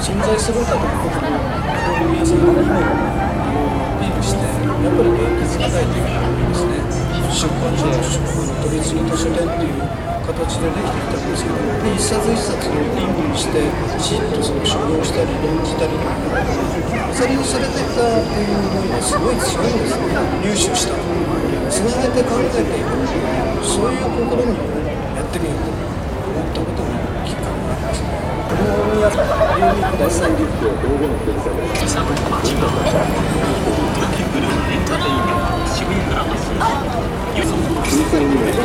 存在するんだということをこういう皆さんにもアピールして、やっぱり元気づけたいというふうにですね、出版社や取り次ぎ図書店っていう形でできてきたんですけども、一冊一冊を吟味してきちっとその書評したり論じたりということでそれをされていたという思いがすごい強いんですね。入手したとつなげて考えていくそういう試みをやってみようと思ったことがきっかけになりますね。皆さんお読みください。 自作の街が東京グループエンターテインメント渋谷から発信し予測をしている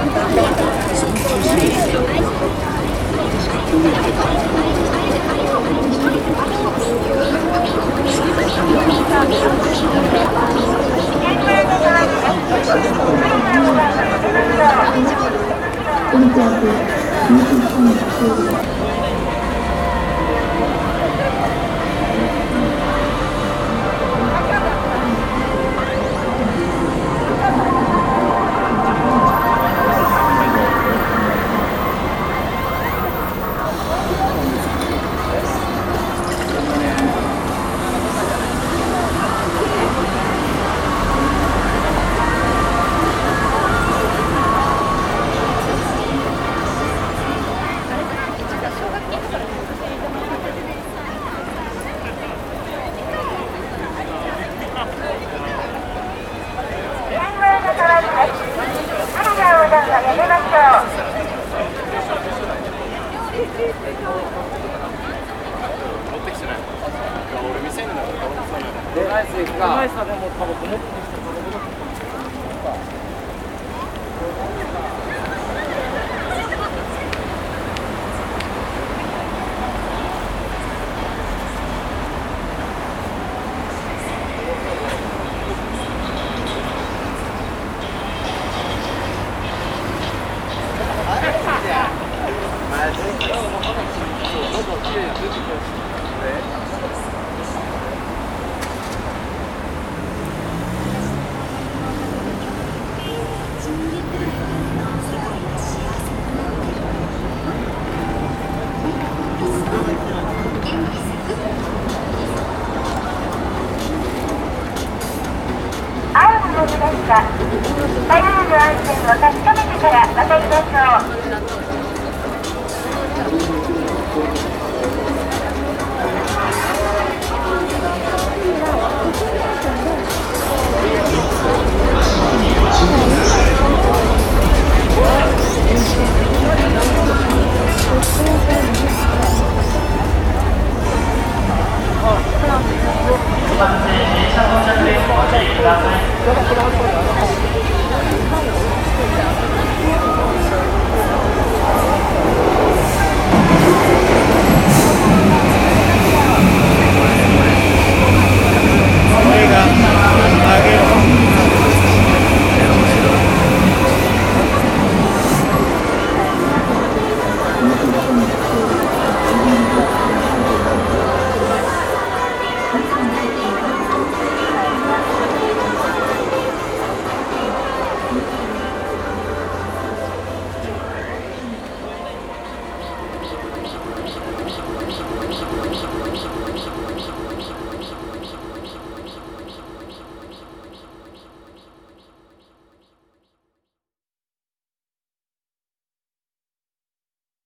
バイクの安全を確かめてから渡りましょう。